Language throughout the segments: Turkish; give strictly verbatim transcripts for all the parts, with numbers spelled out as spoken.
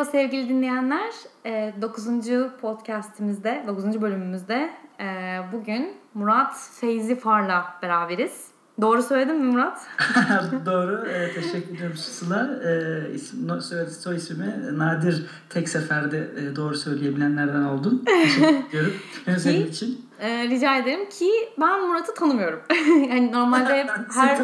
sevgili dinleyenler. dokuzuncu podcastimizde, dokuzuncu bölümümüzde bugün Murat Feyzi Far'la beraberiz. Doğru söyledim mi Murat? Doğru. E, teşekkür ediyorum Sıla. E, isim, soy, soy ismimi nadir tek seferde e, doğru söyleyebilenlerden oldum. Teşekkür ediyorum. Senin için. E, rica ederim ki ben Murat'ı tanımıyorum. Yani normalde hep her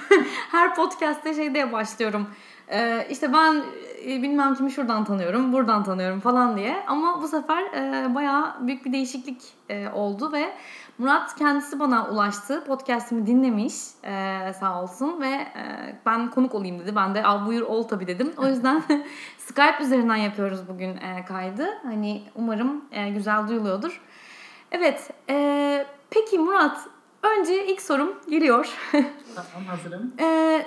her podcast'te şey diye başlıyorum. E, işte ben e, bilmem kimi şuradan tanıyorum, buradan tanıyorum falan diye. Ama bu sefer e, bayağı büyük bir değişiklik e, oldu ve Murat kendisi bana ulaştı. Podcast'imi dinlemiş e, sağ olsun ve e, ben konuk olayım dedi. Ben de al buyur ol tabii dedim. O yüzden Skype üzerinden yapıyoruz bugün e, kaydı. Hani umarım e, güzel duyuluyordur. Evet. E, peki Murat, önce ilk sorum geliyor. Tamam, hazırım. e,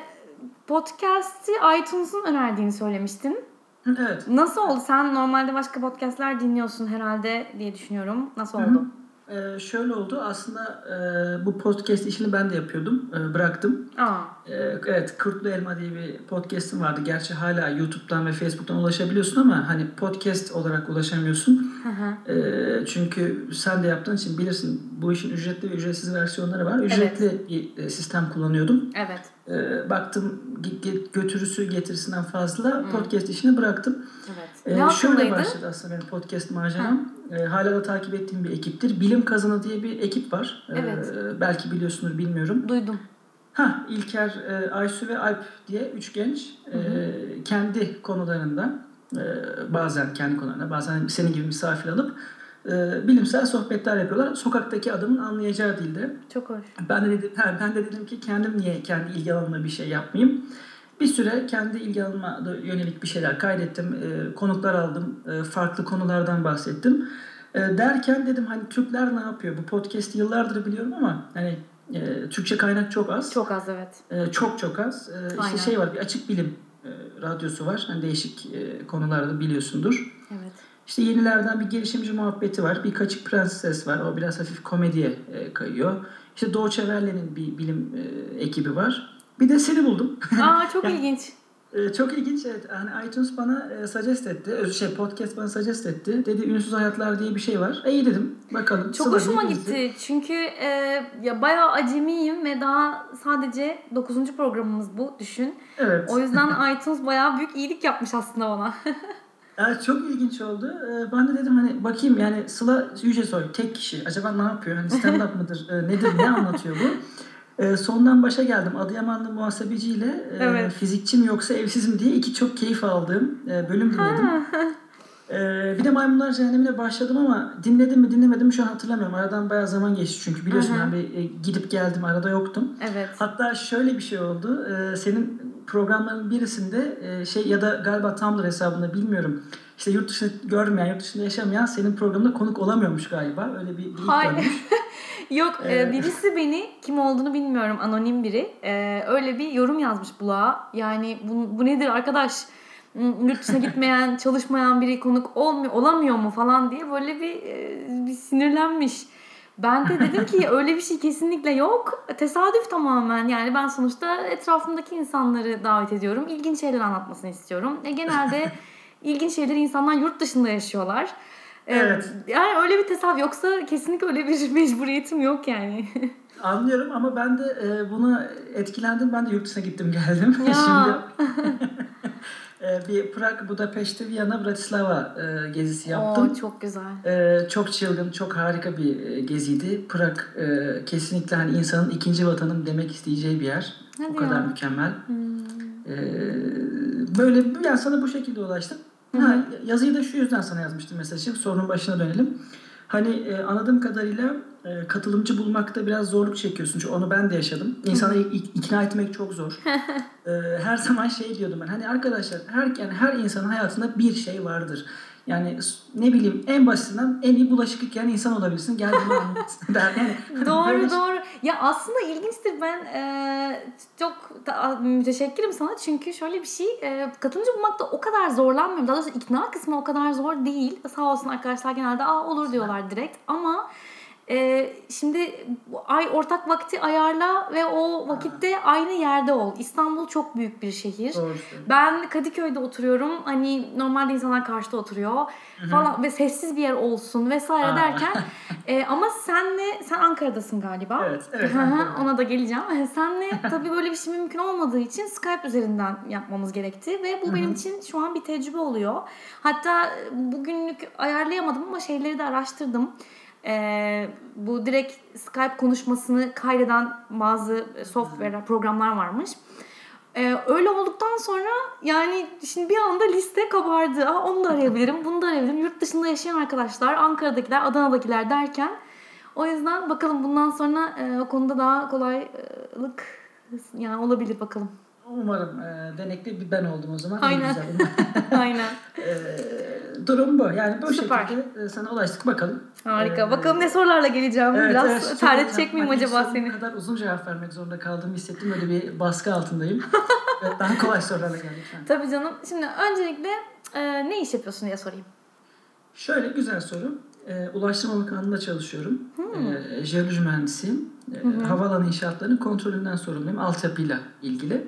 Podcast'i iTunes'un önerdiğini söylemiştin. Evet. Nasıl oldu? Sen normalde başka podcast'ler dinliyorsun herhalde diye düşünüyorum. Nasıl oldu? Hı-hı. Ee, şöyle oldu. Aslında e, bu podcast işini ben de yapıyordum. E, bıraktım. Aa. E, evet, Kurtlu Elma diye bir podcast'im vardı. Gerçi hala YouTube'dan ve Facebook'tan ulaşabiliyorsun ama hani podcast olarak ulaşamıyorsun. Hı E, çünkü sen de yaptığın için bilirsin, bu işin ücretli ve ücretsiz versiyonları var. Ücretli Evet. bir sistem kullanıyordum. Evet. E, baktım götürüsü getirisinden fazla hmm. podcast işini bıraktım. Evet. E, şöyle başladı aslında benim podcast maceram. E, hala da takip ettiğim bir ekiptir. Bilim Kazanı diye bir ekip var. Evet. E, belki biliyorsunuz, bilmiyorum. Duydum. Ha, İlker, e, Aysu ve Alp diye üç genç e, kendi konularında, e, bazen kendi konularında, bazen senin gibi misafir alıp e, bilimsel sohbetler yapıyorlar. Sokaktaki adamın anlayacağı dilde. Çok hoş. Ben de dedim, ha, ben de dedim ki kendim niye kendi ilgi alanıma bir şey yapmayayım. Bir süre kendi ilgi alanıma yönelik bir şeyler kaydettim. E, konuklar aldım. E, farklı konulardan bahsettim. E, derken dedim hani Türkler ne yapıyor? Bu podcast'i yıllardır biliyorum ama hani e, Türkçe kaynak çok az. Çok az, evet. E, çok çok az. E, işte şey var, bir açık bilim e, radyosu var. Hani değişik e, konularda biliyorsundur. Evet. İşte yenilerden bir girişimci muhabbeti var. Bir Kaçık Prenses var. O biraz hafif komediye e, kayıyor. İşte Deutsche Welle'nin bir bilim e, ekibi var. Bir de seni buldum. Aa, çok yani, ilginç. E, çok ilginç. Evet. Yani iTunes bana e, suggest etti. Şey, podcast bana suggest etti. Dedi Ünsüz Hayatlar diye bir şey var. E, iyi dedim. Bakalım. Çok hoşuma gitti. Çünkü e, ya bayağı acemiyim ve daha sadece dokuzuncu programımız bu. Düşün. Evet. O yüzden iTunes bayağı büyük iyilik yapmış aslında bana. Yani çok ilginç oldu. Ee, ben de dedim hani bakayım, yani Sıla Yücesoy tek kişi. Acaba ne yapıyor? Hani stand-up mıdır? E, nedir? Ne anlatıyor bu? E, sondan başa geldim. Adıyamanlı muhasebeciyle e, Evet. fizikçi mi yoksa evsiz mi diye iki çok keyif aldığım e, bölüm dinledim. e, bir de Maymunlar Cehennemi'ne başladım ama dinledim mi dinlemedim mi şu an hatırlamıyorum. Aradan bayağı zaman geçti çünkü biliyorsun ben bir e, gidip geldim, arada yoktum. Evet. Hatta şöyle bir şey oldu. E, senin programların birisinde e, şey ya da galiba Tumblr hesabında, bilmiyorum. İşte yurt dışında görmeyen, yurt dışında yaşamayan senin programında konuk olamıyormuş galiba. Öyle bir ilk dönmüş. Yok, ee, birisi beni, kim olduğunu bilmiyorum, anonim biri. Ee, öyle bir yorum yazmış bulağa. Yani bu, bu nedir arkadaş? Yurt dışına gitmeyen, çalışmayan biri konuk olmuyor, olamıyor mu falan diye böyle bir, e, bir sinirlenmiş. Ben de dedim ki öyle bir şey kesinlikle yok. Tesadüf tamamen. Yani ben sonuçta etrafımdaki insanları davet ediyorum. İlginç şeyler anlatmasını istiyorum. E, genelde ilginç şeyleri insanlar yurt dışında yaşıyorlar. Evet. Yani öyle bir tesadüf, yoksa kesinlikle öyle bir mecburiyetim yok yani. Anlıyorum ama ben de e, buna etkilendim. Ben de yurt dışına gittim geldim. Ya. Şimdi e, bir Prag, Budapeşte, Viyana, Bratislava e, gezisi yaptım. Oo, çok güzel. E, çok çılgın, çok harika bir e, geziydi. Prag e, kesinlikle hani insanın ikinci vatanım demek isteyeceği bir yer. Hadi o kadar ya. mükemmel. Hmm. E, böyle yani sana bu şekilde ulaştım. Ha, yazıyı da şu yüzden sana yazmıştım mesajı. Sorunun başına dönelim. Hani e, anladığım kadarıyla e, katılımcı bulmakta biraz zorluk çekiyorsun. Çünkü onu ben de yaşadım. İnsanları ik- ikna etmek çok zor. e, her zaman şey diyordum ben. Hani arkadaşlar, her yani her insanın hayatında bir şey vardır. Yani ne bileyim, en basitinden en iyi bulaşık yıkayan insan olabilirsin. Gel bunu anlat. Yani, doğru böyle... doğru. Ya aslında ilginçtir. Ben e, çok da, müteşekkirim sana. Çünkü şöyle bir şey. E, katılımcı bulmakta o kadar zorlanmıyorum. Daha doğrusu ikna kısmı o kadar zor değil. Sağ olsun arkadaşlar genelde aa olur diyorlar direkt. Ama e, şimdi bu ay ortak vakti ayarla ve o vakitte aynı yerde ol. İstanbul çok büyük bir şehir. Doğru. Ben Kadıköy'de oturuyorum. Hani normalde insanlar karşıda oturuyor falan ve sessiz bir yer olsun vesaire Aa. derken e, ama senle sen Ankara'dasın galiba. Evet, evet. Hı hı, Ankara'da. ona da geleceğim. Senle tabii böyle bir şey mümkün olmadığı için Skype üzerinden yapmamız gerekti ve bu Hı hı. benim için şu an bir tecrübe oluyor. Hatta bugünlük ayarlayamadım ama şeyleri de araştırdım. Ee, bu direkt Skype konuşmasını kaydeden bazı software, programlar varmış. Ee, öyle olduktan sonra yani şimdi bir anda liste kabardı. Aa, onu da arayabilirim, bunu da arayabilirim. Yurt dışında yaşayan arkadaşlar, Ankara'dakiler, Adana'dakiler derken o yüzden bakalım bundan sonra e, o konuda daha kolaylık yani olabilir bakalım. Umarım e, denekli bir ben oldum o zaman. Aynen. Aynen. e, durum bu. Yani bu Süper. şekilde e, sana ulaştık bakalım. Harika. E, bakalım ne sorularla geleceğim. Evet, Biraz evet, terletecek çok- miyim ben ilk acaba soruma seni? kadar uzun cevap vermek zorunda kaldığımı hissettim. Öyle bir baskı altındayım. Evet, daha kolay sorularla gel lütfen. Tabii canım. Şimdi öncelikle e, ne iş yapıyorsun diye sorayım. Şöyle güzel soru. E, Ulaştırma Bakanlığı'nda çalışıyorum. E, jeoloji mühendisiyim. E, havaalanı inşaatlarının kontrolünden sorumluyum. Altyapıyla ilgili.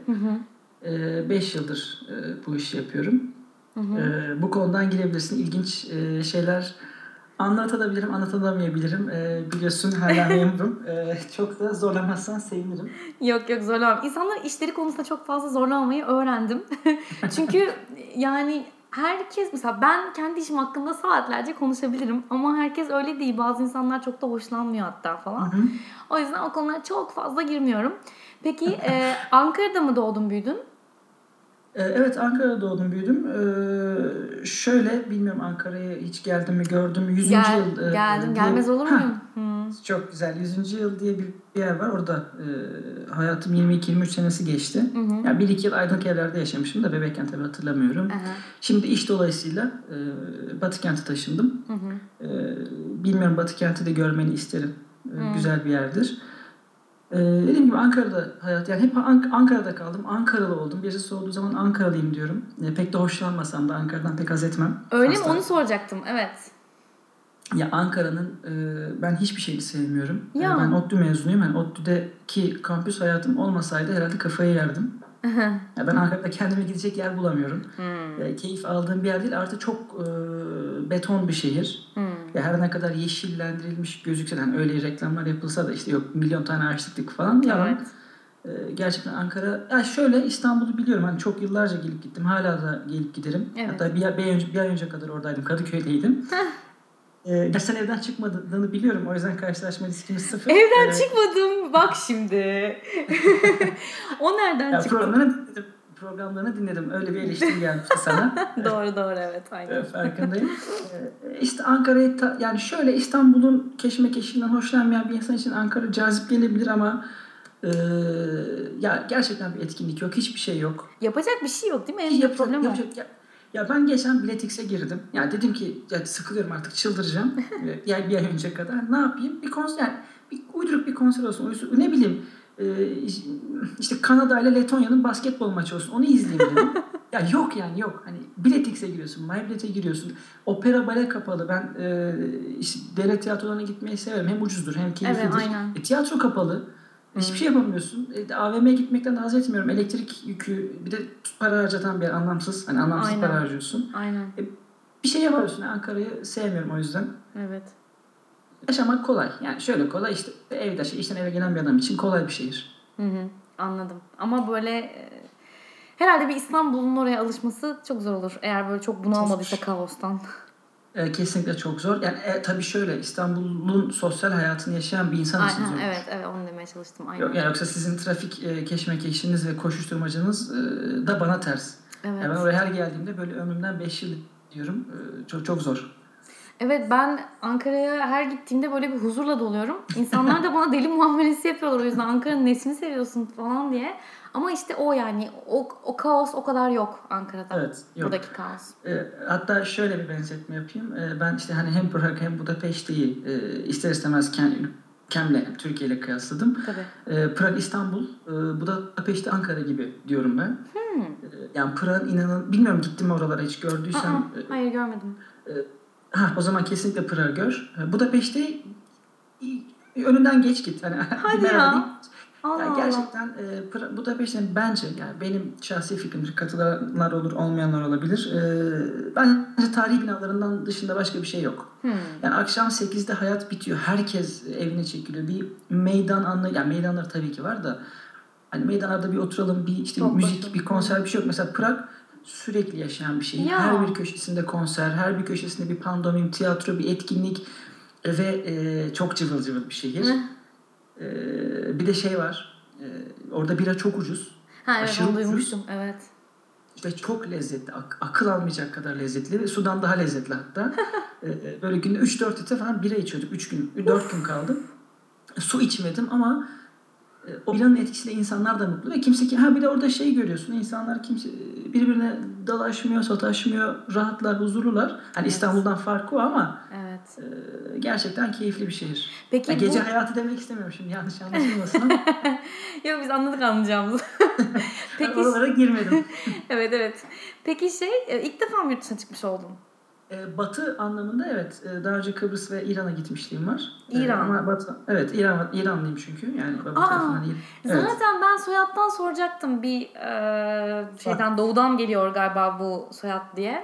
beş yıldır e, bu işi yapıyorum. E, bu konudan girebilirsin. İlginç e, şeyler anlatabilirim, anlatamayabilirim. E, biliyorsun hala memurum. E, çok da zorlamazsan sevinirim. Yok yok zorlamam. İnsanlar işleri konusunda çok fazla zorlamamayı öğrendim. Çünkü yani herkes mesela ben kendi işim hakkında saatlerce konuşabilirim ama herkes öyle değil. Bazı insanlar çok da hoşlanmıyor hatta falan. Hı hı. O yüzden o konulara çok fazla girmiyorum. Peki e, Ankara'da mı doğdun büyüdün? Ee, Evet, Ankara'da doğdum, büyüdüm. Ee, şöyle, bilmiyorum Ankara'ya hiç geldim mi, gördüm mü? yüzüncü Gel, yıl e, geldim. diye... Gelmez olur Hah, muyum? Hmm. çok güzel. yüzüncü yıl diye bir yer var. Orada e, hayatım yirmi iki yirmi üç senesi geçti. Yani bir iki yıl Aydınlık evlerde yaşamışım da bebekken tabii hatırlamıyorum. Aha. Şimdi iş dolayısıyla e, Batı kente taşındım. E, bilmiyorum, Batı kenti de görmeni isterim. E, güzel bir yerdir. Ee, dediğim gibi Ankara'da hayat, yani hep Ank- Ankara'da kaldım. Ankaralı oldum. Birisi sorduğu zaman Ankaralıyım diyorum. Ee, pek de hoşlanmasam da Ankara'dan pek haz etmem. Öyle mi? Asla. Onu soracaktım. Evet. Ya Ankara'nın e, ben hiçbir şeyini sevmiyorum. E, Ya. ben ODTÜ mezunuyum. Yani ODTÜ'deki kampüs hayatım olmasaydı herhalde kafayı yerdim. Ya ben Ankara'da kendime gidecek yer bulamıyorum. E, keyif aldığım bir yer değil. Artı çok e, beton bir şehir. Ya her ne kadar yeşillendirilmiş gözükse de, hani öyle reklamlar yapılsa da işte yok milyon tane ağaç diktik falan. Yalan. Evet. Ee, gerçekten Ankara, ya şöyle, İstanbul'u biliyorum, hani çok yıllarca gelip gittim, hala da gelip giderim. Evet. Hatta bir, bir, ay önce, bir ay önce kadar oradaydım, Kadıköy'deydim. ee, sen evden çıkmadığını biliyorum, o yüzden karşılaşma riskimiz sıfır. Evden Ee, çıkmadım. Bak şimdi. O nereden ya çıktı? programlarını dinledim, programlarını dinledim, öyle bir eleştiri gelmişti sana. Doğru doğru evet aynen. Farkındayım. Ee, işte Ankara'yı ta- yani şöyle, İstanbul'un keşmekeşinden hoşlanmayan bir insan için Ankara cazip gelebilir ama Ee, ya gerçekten bir etkinlik yok, hiçbir şey yok. Yapacak bir şey yok değil mi? En Hiç büyük yapacak, problem o. yapacak, ya, ya ben geçen Biletix'e girdim. Yani dedim ki ya sıkılıyorum artık, çıldıracağım. Yani bir ay önce kadar ne yapayım? Bir konser, yani bir uyduruk bir konser olsun. Uysun, ne bileyim e, işte Kanada ile Letonya'nın basketbol maçı olsun. Onu izleyeyim dedim. Ya yok, yani yok. Hani Biletix'e giriyorsun, MyBilet'e giriyorsun. Opera, bale kapalı. Ben e, işte devlet tiyatrolarına gitmeyi severim. Hem ucuzdur hem keyiflidir. Evet aynen. E, tiyatro kapalı. Hiçbir şey yapamıyorsun. E, A V M'ye gitmekten de haz etmiyorum. Elektrik yükü, bir de para harcatan bir yer, anlamsız. Hani anlamsız Aynen. para harcıyorsun. Aynen. E, bir şey yapamıyorsun. Ankara'yı sevmiyorum o yüzden. Evet. Yaşamak kolay. Yani şöyle kolay, işte evde, şey, işten eve gelen bir adam için kolay bir şehir. Hı hı. Anladım. Ama böyle e, herhalde bir İstanbul'un oraya alışması çok zor olur. Eğer böyle çok bunalmadıysa kaostan. E, kesinlikle çok zor. Yani e, tabii şöyle, İstanbul'un sosyal hayatını yaşayan bir insan için Aynen zor. evet evet onu demeye çalıştım. Aynen. Yok, yani yoksa sizin trafik e, keşmekeşiniz ve koşuşturmacınız e, da bana ters. Evet. Yani ben oraya her geldiğimde böyle ömrümden beş yıl diyorum. E, çok çok zor. Evet ben Ankara'ya her gittiğimde böyle bir huzurla doluyorum. İnsanlar da bana deli muamelesi yapıyorlar o yüzden Ankara'nın nesini seviyorsun falan diye. Ama işte o yani o, o kaos o kadar yok Ankara'da. Evet, yok. Buradaki kaos. E, hatta şöyle bir benzetme yapayım. E, ben işte hani hem Prag hem Budapeşte'yi e, ister istemez kendi ülkemle, Türkiye ile kıyasladım. Tabii. E, Prag İstanbul, e, Budapeşte Ankara gibi diyorum ben. Hmm. E, yani Prag inanın, bilmiyorum gittim mi oralara hiç, gördüysem. Aa, hayır görmedim. E, ha o zaman kesinlikle Prag gör. E, Budapeşte önünden geç git. Hani Hadi merhaba ya. deyip. Allah Ya Allah. gerçekten e, Pra- Budapeşte'nin bence yani benim şahsi fikrimdir. Katılanlar olur, olmayanlar olabilir. E, bence tarihi binalarından dışında başka bir şey yok. Hmm. Yani akşam sekizde hayat bitiyor. Herkes evine çekiliyor. Bir meydan anlı yani meydanlar tabii ki var da hani meydanlarda bir oturalım, bir işte müzik, Toplaşalım. bir konser bir şey yok. Mesela Prag sürekli yaşayan bir şehir. Her bir Ya. köşesinde konser, her bir köşesinde bir pandomim, tiyatro, bir etkinlik ve e, çok cıvıl cıvıl bir şehir. Ne? Ee, bir de şey var. E, orada bira çok ucuz. Ha evet, Aşırı onu ucuz. duymuştum. Evet. Ve çok lezzetli. Ak- akıl almayacak kadar lezzetli. Ve sudan daha lezzetli hatta. Ee, böyle günde üç dört litre falan bira içiyorduk. üç gün, dört gün kaldım. Su içmedim ama e, o biranın etkisiyle insanlar da mutlu ve kimse ki ha bir de orada şey görüyorsun. İnsanlar kimse birbirine dalaşmıyor, sataşmıyor, rahatlar, huzurlular. Hani Evet. İstanbul'dan farkı o ama Evet. e, gerçekten keyifli bir şehir. Peki Ya gece bu... hayatı demek istemiyorum şimdi yanlış anlaşılmasın ama Yok, biz anladık anlayacağımızı. ben Peki oralara girmedim. evet evet. Peki şey, e, ilk defa mı yurt dışına çıkmış oldun? E, Batı anlamında evet. E, Daha önce Kıbrıs ve İran'a gitmişliğim var. E, İran. Ama Batı, evet İran, İranlıyım çünkü. Yani baba Aa, tarafından İran. Evet. zaten ben soyaddan soracaktım, bir e, Bak, şeyden, doğudan geliyor galiba bu soyad diye.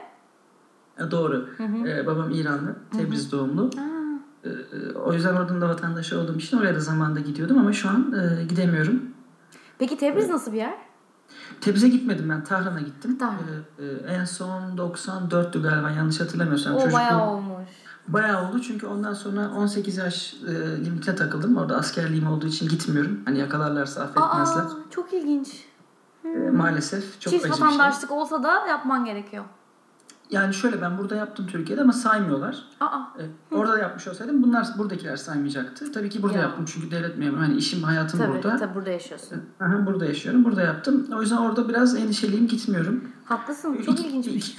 e, doğru. Hı hı. E, babam İranlı. Hı hı. Tebriz doğumlu. Aa, E, e, o yüzden oradan da vatandaşı olduğum için oraya da zamanında gidiyordum ama şu an e, gidemiyorum. peki Tebriz nasıl bir yer? Tebriz'e gitmedim ben. Tahran'a gittim. Tahran. E, e, en son doksan dörttü galiba yanlış hatırlamıyorsam. O bayağı Çocukluğum olmuş. bayağı oldu çünkü ondan sonra on sekiz yaş e, limitine takıldım. Orada askerliğim olduğu için gitmiyorum. Hani yakalarlarsa affetmezler. Aa, çok ilginç. E, maalesef çok Çift acı bir şey. vatandaşlık olsa da yapman gerekiyor. Yani şöyle ben burada yaptım Türkiye'de ama saymıyorlar. Aa. E, orada da yapmış olsaydım bunlar buradakiler saymayacaktı. Tabii ki burada Ya. yaptım çünkü devlet memuru. Hani işim hayatım Tabii, burada. tabii burada yaşıyorsun. Aha, burada yaşıyorum. Burada yaptım. O yüzden orada biraz endişeliyim gitmiyorum. Haklısın. İki, Çok iki, ilginçmiş.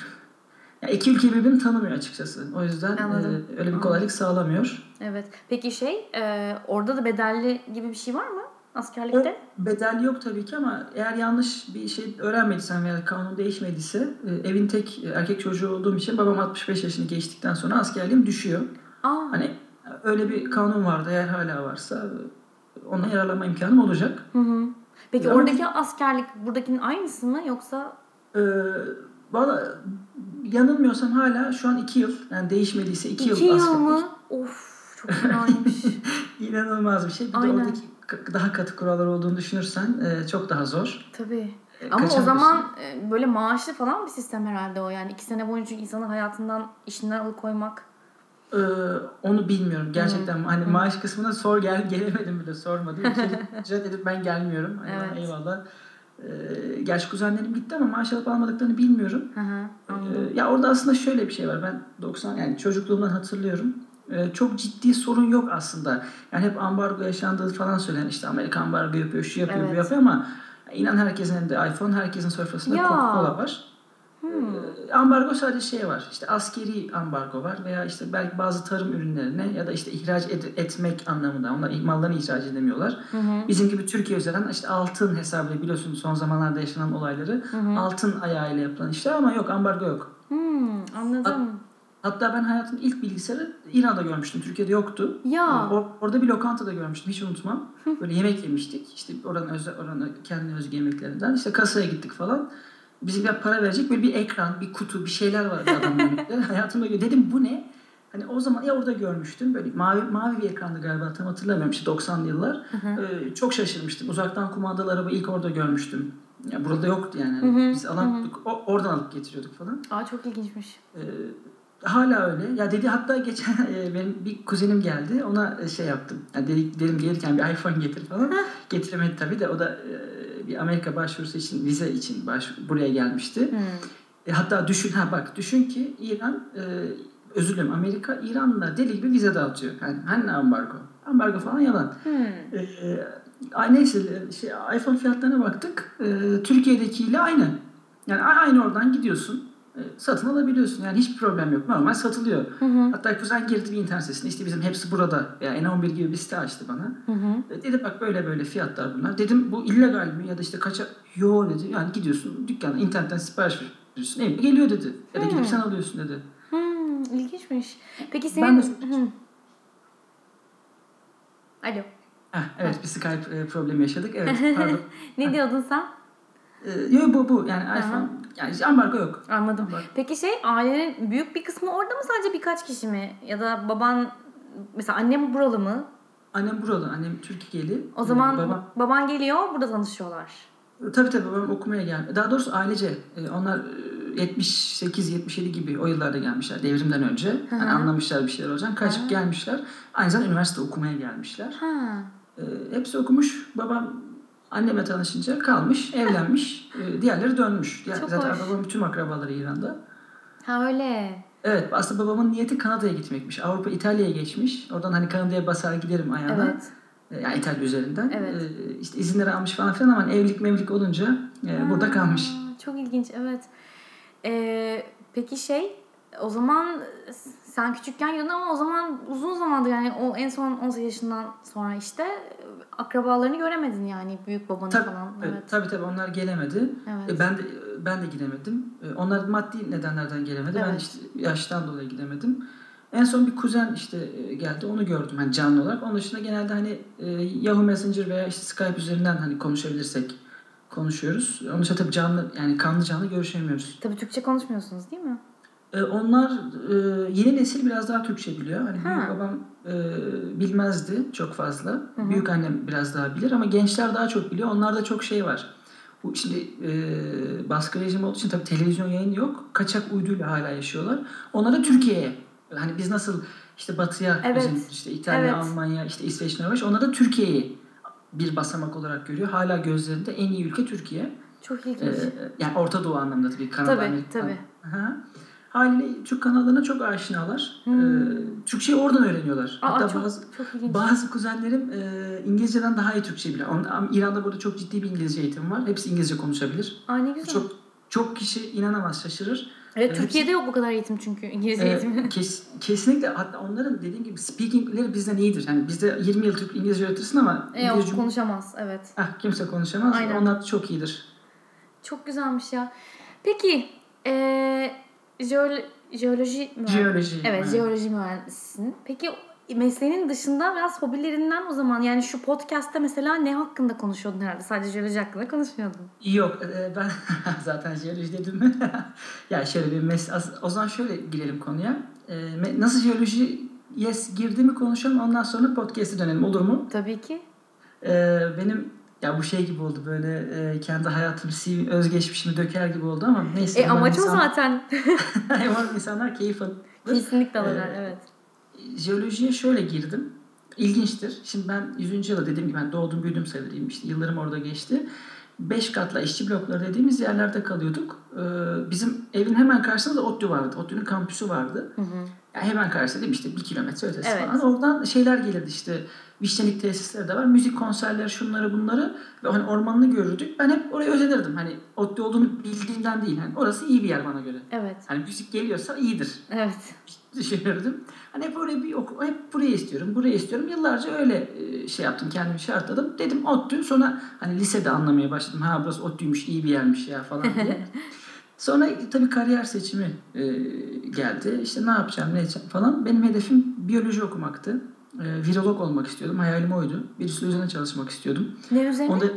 ya iki ülke birbirini tanımıyor açıkçası. O yüzden Anladım. e, öyle bir kolaylık sağlamıyor. Evet. Peki şey, e, orada da bedelli gibi bir şey var mı O askerlikte? bedelli yok tabii ki ama eğer yanlış bir şey öğrenmediysen veya kanun değişmediyse e, evin tek erkek çocuğu olduğum için babam altmış beş yaşını geçtikten sonra askerliğim düşüyor. Aa. Hani öyle bir kanun vardı eğer hala varsa ona yararlanma imkanım olacak. Hı hı. Peki E, ama oradaki askerlik buradakinin aynısı mı, yoksa? e, valla yanılmıyorsam hala şu an iki yıl yani değişmediyse iki İki yıl yıl askerlik. mı? Of, çok fenaymış. İnanılmaz bir şey. Bir de Aynen. oradaki k- daha katı kurallar olduğunu düşünürsen e, çok daha zor. Tabii. E, Ama o kaçamıyorsun. zaman e, böyle maaşlı falan bir sistem herhalde o. Yani iki sene boyunca insanı hayatından, işinden alıkoymak. Ee, onu bilmiyorum Hı gerçekten. Hani hı. maaş kısmına sor gel gelemedim bile sormadım. Bir kere rica edip ben gelmiyorum. Hani bana Evet. eyvallah. Ee, gerçi kuzenlerim gitti ama maaş alıp almadıklarını bilmiyorum. Hı hı. Ee, Anladım. ya orada aslında şöyle bir şey var. Ben doksan yani çocukluğumdan hatırlıyorum. Ee, çok ciddi sorun yok aslında. Yani hep ambargo yaşandığı falan söylenen işte Amerika ambargo yapıyor, şu yapıyor, bu Evet. yapıyor ama inan herkesin elinde iPhone, herkesin sofrasında Ya. Coca-Cola var. Hmm. Ee, Ambargo sadece şey var. İşte askeri ambargo var veya işte belki bazı tarım ürünlerine ya da işte ihraç ed- etmek anlamında. Onlar mallarını ihraç edemiyorlar. Hı hı. Bizim gibi Türkiye üzerinden işte altın hesabı biliyorsunuz son zamanlarda yaşanan olayları. Hı hı. Altın ayağıyla yapılan işler ama yok ambargo yok. Hmm, Hat- anladım. hatta ben hayatımda ilk bilgisayarı İran'da görmüştüm. Türkiye'de yoktu. Ee, Ya. or- orada bir lokantada görmüştüm. Hiç unutmam. Böyle yemek yemiştik. İşte oranın özel, oranın kendi özgü yemeklerinden. İşte kasaya gittik falan. Bizim bir para verecek böyle bir ekran, bir kutu, bir şeyler vardı adamın önünde. Hayatımda gö- dedim bu ne? Hani o zaman ya orada görmüştüm. Böyle mavi mavi bir ekrandı galiba tam hatırlamıyorum. İşte doksanlı yıllar. Hı hı. Ee, çok şaşırmıştım. Uzaktan kumandalı araba ilk orada görmüştüm. Ya burada yoktu yani. Hı hı. Biz Hı hı. alan o- oradan alıp getiriyorduk falan. Aa, çok ilginçmiş. Ee, hala öyle. Ya dedi hatta geçen e, benim bir kuzenim geldi. Ona e, şey yaptım. Ya dedi, dedim gelirken bir iPhone getir falan. Getiremedi tabii de o da e, bir Amerika başvurusu için vize için baş, buraya gelmişti. Hmm. E, hatta düşün ha bak düşün ki İran e, özür dilerim Amerika İran'la deli gibi vize dağıtıyor. Yani hani ambargo. Ambargo falan yalan. Hmm. E, ay neyse e, şey iPhone fiyatlarına baktık. E, Türkiye'dekiyle aynı. Yani a- aynı oradan gidiyorsun. E, satın alabiliyorsun. Yani hiçbir problem yok. Normal satılıyor. Hı hı. Hatta kuzen girdi bir internet sitesine. İşte bizim hepsi burada. Ya N on bir gibi bir site açtı bana. Hı hı. E, dedi bak böyle böyle fiyatlar bunlar. Dedim bu illegal mi ya da işte kaça? Yo dedi. Yani gidiyorsun dükkana internetten sipariş veriyorsun. Evine geliyor dedi. Ya da gidip sen alıyorsun dedi. Hmm, ilginçmiş. Peki Ben de senin... Hı. Alo. Heh, evet ha. bir Skype e, problemi yaşadık. Evet pardon. Ne diyordun sen? Ee, yok bu bu yani Aha. iPhone yani ambargo yok. Anladım. Ambargo. Peki şey ailenin büyük bir kısmı orada mı sadece birkaç kişi mi? Ya da baban mesela annem buralı mı? Annem buralı. Annem Türkiye'li. O zaman ee, babam... baban geliyor burada tanışıyorlar. Tabii tabii babam okumaya geldi. Daha doğrusu ailece. Ee, onlar yetmiş sekiz yetmiş yedi gibi o yıllarda gelmişler devrimden önce. Yani anlamışlar bir şeyler olacak. Kaçıp Hı-hı. gelmişler. Aynı zamanda üniversite okumaya gelmişler. Ee, hepsi okumuş. Babam annemle tanışınca kalmış, evlenmiş. e, diğerleri dönmüş. Diğer, zaten hoş. Babamın bütün akrabaları İran'da. Ha öyle. Evet aslında babamın niyeti Kanada'ya gitmekmiş. Avrupa İtalya'ya geçmiş. Oradan hani Kanada'ya basar giderim ayağına. Evet. Yani İtalya üzerinden. Evet. Ee, işte izinleri almış falan filan ama evlilik mevlilik olunca e, ha, burada kalmış. Çok ilginç evet. Ee, peki şey o zaman sen küçükken gidiyordun ama o zaman uzun zamandır yani o en son on sekiz yaşından sonra işte akrabalarını göremedin yani büyük babanı tabii, falan. Evet. evet tabii tabii onlar gelemedi. Evet. E, ben de ben de gidemedim. E, onlar maddi nedenlerden gelemedi. Evet. Ben işte yaştan dolayı gidemedim. En son bir kuzen işte geldi onu gördüm hani canlı olarak. Onun dışında genelde hani e, Yahoo Messenger veya işte Skype üzerinden hani konuşabilirsek konuşuyoruz. Onun dışında tabii canlı yani kanlı canlı görüşemiyoruz. Tabii Türkçe konuşmuyorsunuz değil mi? Ee, onlar e, yeni nesil biraz daha Türkçe biliyor. Hani ha. büyük babam e, bilmezdi çok fazla. Hı-hı. Büyük annem biraz daha bilir ama gençler daha çok biliyor. Onlarda çok şey var. Bu şimdi e, baskı rejimi olduğu için tabii televizyon yayını yok. Kaçak uyduyla hala yaşıyorlar. Onlar da Türkiye'ye. Hani biz nasıl işte batıya, evet. bizim işte İtalya, evet. Almanya, işte İsveç, Norveç. Onlar da Türkiye'yi bir basamak olarak görüyor. Hala gözlerinde en iyi ülke Türkiye. Çok ilginç. Ee, yani Orta Doğu anlamda tabii. Kanada, tabii, Amerika. Tabii tabii. Haliyle Türk kanallarına çok aşinalar. Hmm. Ee, Türkçeyi oradan öğreniyorlar. Aa, Hatta çok, bazı çok bazı kuzenlerim e, İngilizceden daha iyi Türkçe biliyor. İran'da burada çok ciddi bir İngilizce eğitimi var. Hepsi İngilizce konuşabilir. Aa, ne güzel. Çok çok kişi inanamaz, şaşırır. Evet, ee, Türkiye'de hepsi, yok bu kadar eğitim çünkü İngilizce e, eğitimi. Kes, kesinlikle hatta onların dediğim gibi speaking'leri bizden iyidir. Yani bizde yirmi yıl Türk İngilizce öğretirsin ama e, yok, konuşamaz, evet. Ah, kimse konuşamaz. Aynen. Onlar çok iyidir. Çok güzelmiş ya. Peki, eee jeolo- jeoloji mühendisi. Jeoloji. Evet, evet, jeoloji mühendisisin. Peki mesleğinin dışında biraz hobilerinden o zaman yani şu podcast'te mesela ne hakkında konuşuyordun herhalde? Sadece jeoloji hakkında konuşmuyordun. Yok ben zaten jeoloji dedim mi? Ya şöyle bir mes o zaman şöyle girelim konuya. Nasıl jeoloji yes girdi mi konuşalım ondan sonra podcast'e dönelim olur mu? Tabii ki. Benim ya bu şey gibi oldu böyle kendi hayatım C V özgeçmişimi döker gibi oldu ama neyse. E amaç insan... o zaten. Umarım insanlar keyif alır. Kesinlikle alırlar, evet. Jeolojiye şöyle girdim. İlginçtir. Şimdi ben yüzüncü yılda dediğim gibi ben doğdum büyüdüm sayılırım işte yıllarım orada geçti. Beş katlı işçi blokları dediğimiz yerlerde kalıyorduk. Ee, bizim evin hemen karşısında da ODTÜ vardı. ODTÜ'nün kampüsü vardı. Hı hı. Yani hemen karşısında değil mi işte bir kilometre ötesi evet. falan. Oradan şeyler gelirdi işte vişnelik tesisleri de var. Müzik konserleri şunları bunları ve hani ormanını görürdük. Ben hep oraya özenirdim. Hani ODTÜ olduğunu bildiğimden değil. Hani orası iyi bir yer bana göre. Evet. Hani müzik geliyorsa iyidir. Evet. Düşünürdüm. Hani hep oraya bir oku, hep burayı istiyorum, burayı istiyorum. Yıllarca öyle şey yaptım, kendimi şartladım. Dedim ODTÜ. Sonra hani lisede anlamaya başladım. Ha burası ODTÜ'ymüş, iyi bir yermiş ya falan diye. Sonra tabii kariyer seçimi e, geldi. İşte ne yapacağım, ne edeceğim falan. Benim hedefim biyoloji okumaktı. E, virolog olmak istiyordum. Hayalim oydu. Virüsler üzerine çalışmak istiyordum. Ne üzerine? Onda,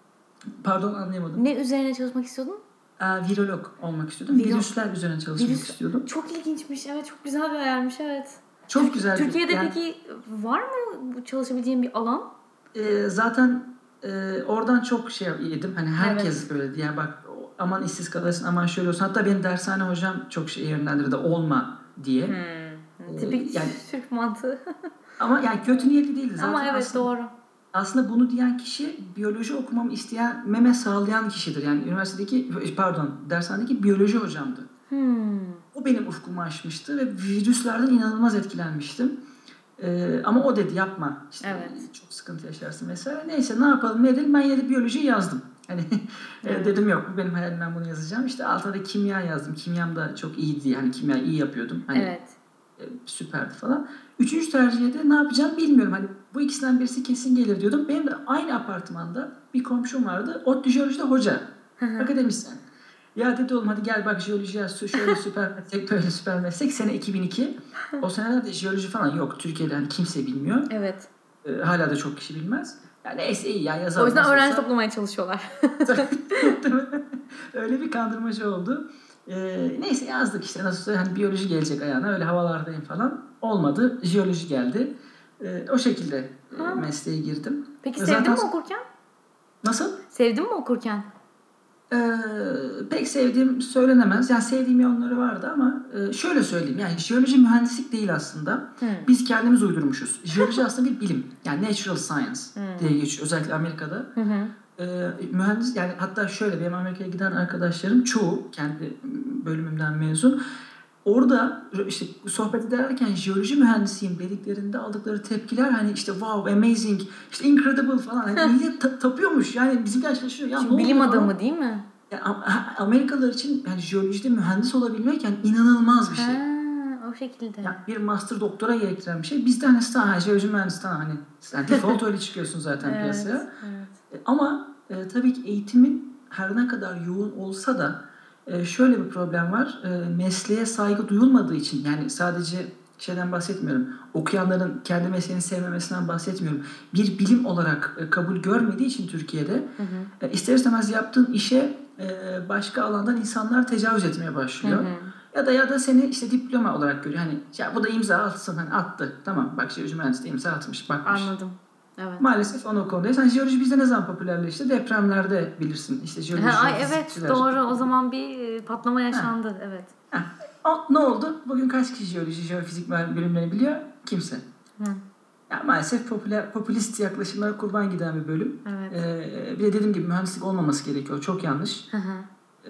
pardon anlayamadım. Ne üzerine çalışmak istiyordun? Virolog olmak istiyordum. Virüs. Virüsler üzerine çalışmak Virüs. istiyordum. Çok ilginçmiş. Evet çok güzel bir hayalmiş. Evet. Çok Türk, güzel. Türkiye'de yani, peki var mı çalışabileceğin bir alan? E, zaten e, oradan çok şey yedim. Hani herkes evet. böyle yani bak aman işsiz kalırsın aman şöyle olsun. Hatta benim dershane hocam çok şey yönlendirdi olma diye. Hmm. Ee, Tipik yani, Türk mantığı. Ama yani kötü niyetli değildi zaten. Ama evet aslında, doğru. Aslında bunu diyen kişi biyoloji okumamı isteyen, meme sağlayan kişidir. Yani üniversitedeki pardon dershanedeki biyoloji hocamdı. Hmm. O benim ufkumu açmıştı ve virüslerden inanılmaz etkilenmiştim. Ee, ama o dedi yapma. İşte evet. Çok sıkıntı yaşarsın vesaire. Neyse ne yapalım ne edelim ben yine de biyolojiyi yazdım. Hani evet. dedim yok bu benim hayalim ben bunu yazacağım. İşte altına da kimya yazdım. Kimyam da çok iyiydi. Yani kimya iyi yapıyordum. Hani evet. e, süperdi falan. Üçüncü tercihte ne yapacağım bilmiyorum. Hani bu ikisinden birisi kesin gelir diyordum. Benim de aynı apartmanda bir komşum vardı. ODTÜ jeolojide hoca. Akademisyen. Ya dedi oğlum hadi gel bak jeoloji yaz. Şöyle süper meslek böyle süper meslek. Sene iki bin iki. O senelerde jeoloji falan yok. Türkiye'de hani kimse bilmiyor. Evet. E, hala da çok kişi bilmez. Yani neyse iyi ya yazalım. O yüzden nasıl öğrenci olsa. toplamaya çalışıyorlar. Öyle bir kandırmacı oldu. Ee, neyse yazdık işte nasıl hani biyoloji gelecek ayağına öyle havalardayım falan. Olmadı. Jeoloji geldi. Ee, o şekilde e, Ha. mesleğe girdim. Peki Ve sevdin zaten mi okurken? nasıl? Sevdin mi okurken? Ee, pek sevdiğim söylenemez. Yani sevdiğim yanları vardı ama e, şöyle söyleyeyim. Yani jeoloji mühendislik değil aslında. Hmm. Biz kendimiz uydurmuşuz. Jeoloji aslında bir bilim. Yani natural science Hmm. diye geçiyor. Özellikle Amerika'da. Hı hı. Ee, mühendis yani hatta şöyle benim Amerika'ya giden arkadaşlarım çoğu kendi bölümümden mezun. Orada işte sohbet ederken jeoloji mühendisiyim dediklerinde aldıkları tepkiler hani işte wow, amazing, işte incredible falan. Hani millet ta- tapıyormuş. Yani bizimkiler şaşırıyor. Ya Çünkü ne bilim oluyor falan. adamı değil mi? Yani Amerikalılar için yani jeolojide mühendis olabilmek yani inanılmaz bir şey. Ha, o şekilde. Yani bir master doktora gerektiren bir şey. Bizde hani ha, jeoloji mühendisi tamam hani yani default öyle çıkıyorsun zaten Evet, piyasaya. evet. E, Ama e, tabii ki eğitimin her ne kadar yoğun olsa da e, şöyle bir problem var. E, mesleğe saygı duyulmadığı için yani sadece şeyden bahsetmiyorum. Okuyanların kendi mesleğini sevmemesinden bahsetmiyorum. Bir bilim olarak e, kabul görmediği için Türkiye'de Hı hı. e, ister istemez yaptığın işe e, başka alandan insanlar tecavüz etmeye başlıyor. Hı hı. Ya da ya da seni işte diploma olarak görüyor. Hani ya bu da imza atsın hani attı. Tamam bak jeoloji mühendisi de imza atmış bakmış. Anladım. Evet. Maalesef onu konuda. Yani jeoloji bizde ne zaman popülerleşti? Depremlerde bilirsin. İşte jeoloji, Ha, ay evet fizikçiler. doğru o zaman bir e, patlama Ha, yaşandı. Evet. ha. O, ne oldu? Bugün kaç kişi jeoloji, jeofizik bölümlerini biliyor? Kimse. Hı. Ya maalesef popüler, popülist yaklaşımlara kurban giden bir bölüm. Evet. Ee, bir de dediğim gibi mühendislik olmaması gerekiyor. Çok yanlış. Hı hı.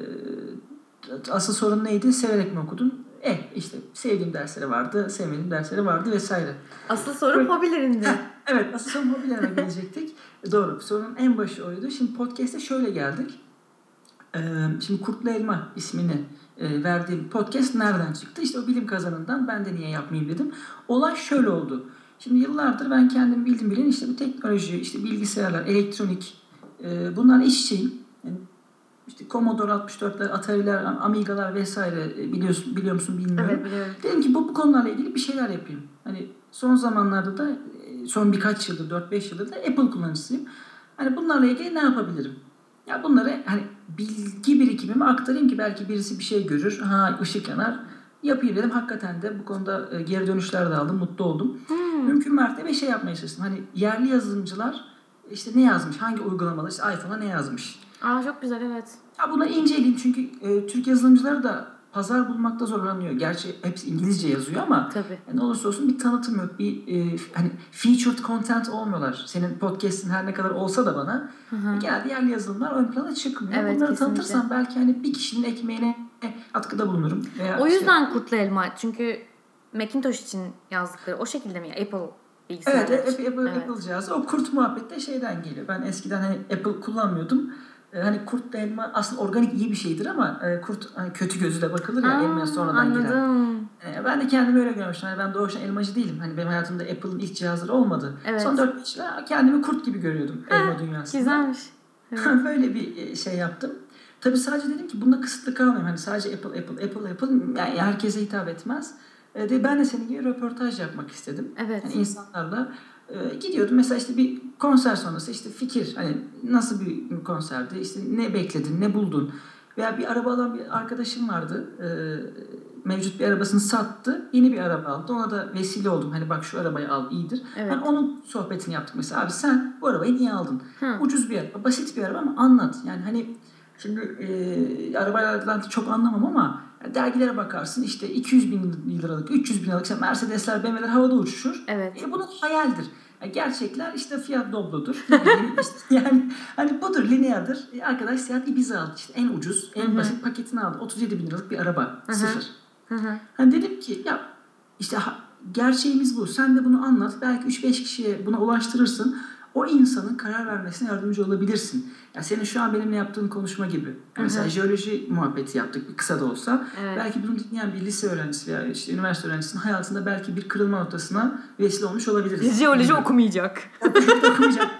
Ee, asıl sorun neydi? Severek mi okudun? Eh işte sevdiğim dersleri vardı, sevmediğim dersleri vardı vesaire. Asıl soru Böyle- hobilerindi. Heh, evet asıl sorun hobilerine gelecektik. Doğru. Sorunun en başı oydu. Şimdi podcast'e şöyle geldik. Ee, şimdi Kurtlu Elma ismini e, verdiğim podcast nereden çıktı? İşte o bilim kazanından ben de niye yapmayayım dedim. Olay şöyle oldu. Şimdi yıllardır ben kendim bildim bilin işte bu teknoloji, işte bilgisayarlar, elektronik e, bunlarla iç içeyim. Yani işte Commodore altmış dörtler, Atari'ler, Amiga'lar vesaire e, biliyorsun biliyor musun bilmiyorum. Evet biliyorum. Dedim ki bu, bu konularla ilgili bir şeyler yapayım. Hani son zamanlarda da e, son birkaç yıldır, dört beş yıldır da Apple kullanıcısıyım. Hani bunlarla ilgili ne yapabilirim? Ya bunları hani bilgi birikimimi aktarayım ki belki birisi bir şey görür. Ha ışık yanar. Yapayım dedim. Hakikaten de bu konuda e, geri dönüşler de aldım. Mutlu oldum. Hmm. Mümkün mertebe şey yapmaya çalıştım. Hani yerli yazılımcılar işte ne yazmış? Hangi uygulamalar? İşte iPhone'a ne yazmış? Aa çok güzel evet. Ya buna inceleyeyim çünkü e, Türk yazılımcıları da pazar bulmakta zorlanıyor. Gerçi hepsi İngilizce yazıyor ama Tabii. ne olursa olsun bir tanıtım yok. Bir e, hani featured content olmuyorlar. Senin podcast'in her ne kadar olsa da bana Hı hı. e, genelde yerli yazılımlar ön plana çıkmıyor. Evet, Bunları kesinlikle. tanıtırsam belki hani bir kişinin ekmeğine atkıda bulunurum. Veya O işte- yüzden Kurtlu Elma çünkü Macintosh için yazdıkları o şekilde mi? Apple bilgisayarlar Evet, için. Apple, Apple, Evet. Apple cihazı. O kurt muhabbet de şeyden geliyor. Ben eskiden hani Apple kullanmıyordum. Ee, hani kurt da elma aslında organik iyi bir şeydir ama e, kurt hani kötü gözüyle bakılır ya Aa, elmaya sonradan giren. anladım. Ee, ben de kendimi öyle görmüştüm. Hani ben doğuştan elmacı değilim. Hani benim hayatımda Apple'ın ilk cihazları olmadı. Evet. Son dört beş yıl kendimi kurt gibi görüyordum elma dünyasında. Güzelmiş. Evet. Böyle bir e, şey yaptım. Tabii sadece dedim ki bunda kısıtlı kalmayayım. Hani sadece Apple, Apple, Apple, Apple yani herkese hitap etmez. E, de ben de senin gibi röportaj yapmak istedim. Evet. Yani insanlarla e, gidiyordum. Mesela işte bir konser sonrası işte fikir. Hani nasıl bir konserdi? İşte ne bekledin, ne buldun? Veya bir araba alan bir arkadaşım vardı. E, mevcut bir arabasını sattı. Yeni bir araba aldı. Ona da vesile oldum. Hani bak şu arabayı al iyidir. Evet. Hani onun sohbetini yaptık mesela. Abi sen bu arabayı niye aldın? Hı. Ucuz bir araba, basit bir araba ama anlat. Yani hani şimdi e, arabalardan çok anlamam ama dergilere bakarsın işte iki yüz bin liralık, üç yüz bin liralık işte Mercedesler, B M W'ler havada uçuşur. Evet. E, bunun hayaldir. Yani gerçekler işte Fiat Doblo'dur. Ne bileyim işte yani hani budur, lineadır. E, arkadaş Seat Ibiza aldı işte en ucuz, en Hı hı. basit paketini aldı. otuz yedi bin liralık bir araba. Hı hı. Sıfır. Hı hı. Hani dedim ki ya işte ha- gerçeğimiz bu. Sen de bunu anlat. Belki üç beş kişiye buna ulaştırırsın. O insanın karar vermesine yardımcı olabilirsin. Ya senin şu an benimle yaptığın konuşma gibi. Ya Hı hı. mesela jeoloji muhabbeti yaptık bir kısa da olsa. Evet. Belki bunu dinleyen bir lise öğrencisi veya işte üniversite öğrencisinin hayatında belki bir kırılma noktasına vesile olmuş olabiliriz. Jeoloji Bilmiyorum. okumayacak. Okumayacağım.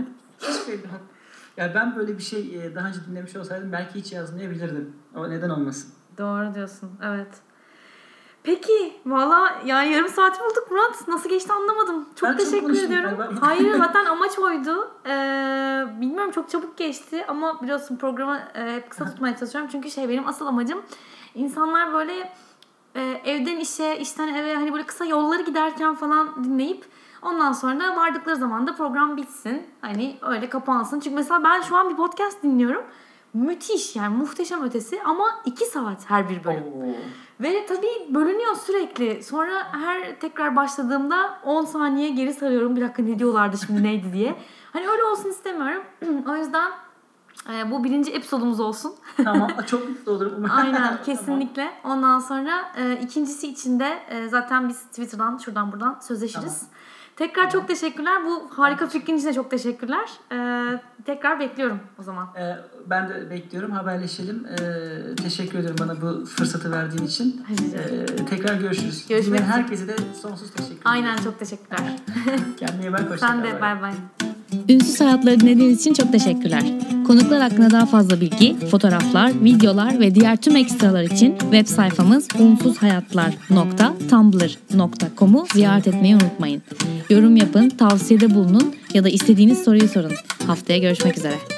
Hiç belli olmaz. Ya ben böyle bir şey e, daha önce dinlemiş olsaydım belki hiç yazmayabilirdim. O neden olmasın. Doğru diyorsun. Evet. Peki valla yani yarım saati bulduk Murat. Nasıl geçti anlamadım. Çok Ben teşekkür çok ediyorum. galiba. Hayır zaten amaç oydu. Ee, bilmiyorum çok çabuk geçti ama biliyorsun programı e, kısa tutmaya çalışıyorum. Çünkü şey benim asıl amacım insanlar böyle e, evden işe, işten eve hani böyle kısa yolları giderken falan dinleyip ondan sonra vardıkları zaman da program bitsin. Hani öyle kapansın. Çünkü mesela ben şu an bir podcast dinliyorum. Müthiş yani muhteşem ötesi ama iki saat her bir bölüm. Oo. Ve tabii bölünüyor sürekli. Sonra her tekrar başladığımda on saniye geri sarıyorum. Bir dakika ne diyorlardı şimdi neydi diye. Hani öyle olsun istemiyorum. O yüzden e, bu birinci episodumuz olsun. Tamam, çok mutlu olurum. Aynen kesinlikle. Ondan sonra e, ikincisi için de e, zaten biz Twitter'dan şuradan buradan sözleşiriz. Tamam. Tekrar çok teşekkürler. Bu harika fikrin için de çok teşekkürler. Ee, tekrar bekliyorum o zaman. Ee, ben de bekliyorum. Haberleşelim. Ee, teşekkür ederim bana bu fırsatı verdiğin için. Ee, tekrar görüşürüz. Görüşmek üzere. Herkese de sonsuz teşekkür ederim. Aynen çok teşekkürler. Kendine iyi bak. Hoşça kal. Sen de bay bay. Ünsüz Hayatları dinlediğiniz için çok teşekkürler. Konuklar hakkında daha fazla bilgi, fotoğraflar, videolar ve diğer tüm ekstralar için web sayfamız unsuzhayatlar nokta tumblr nokta com'u ziyaret etmeyi unutmayın. Yorum yapın, tavsiyede bulunun ya da istediğiniz soruyu sorun. Haftaya görüşmek üzere.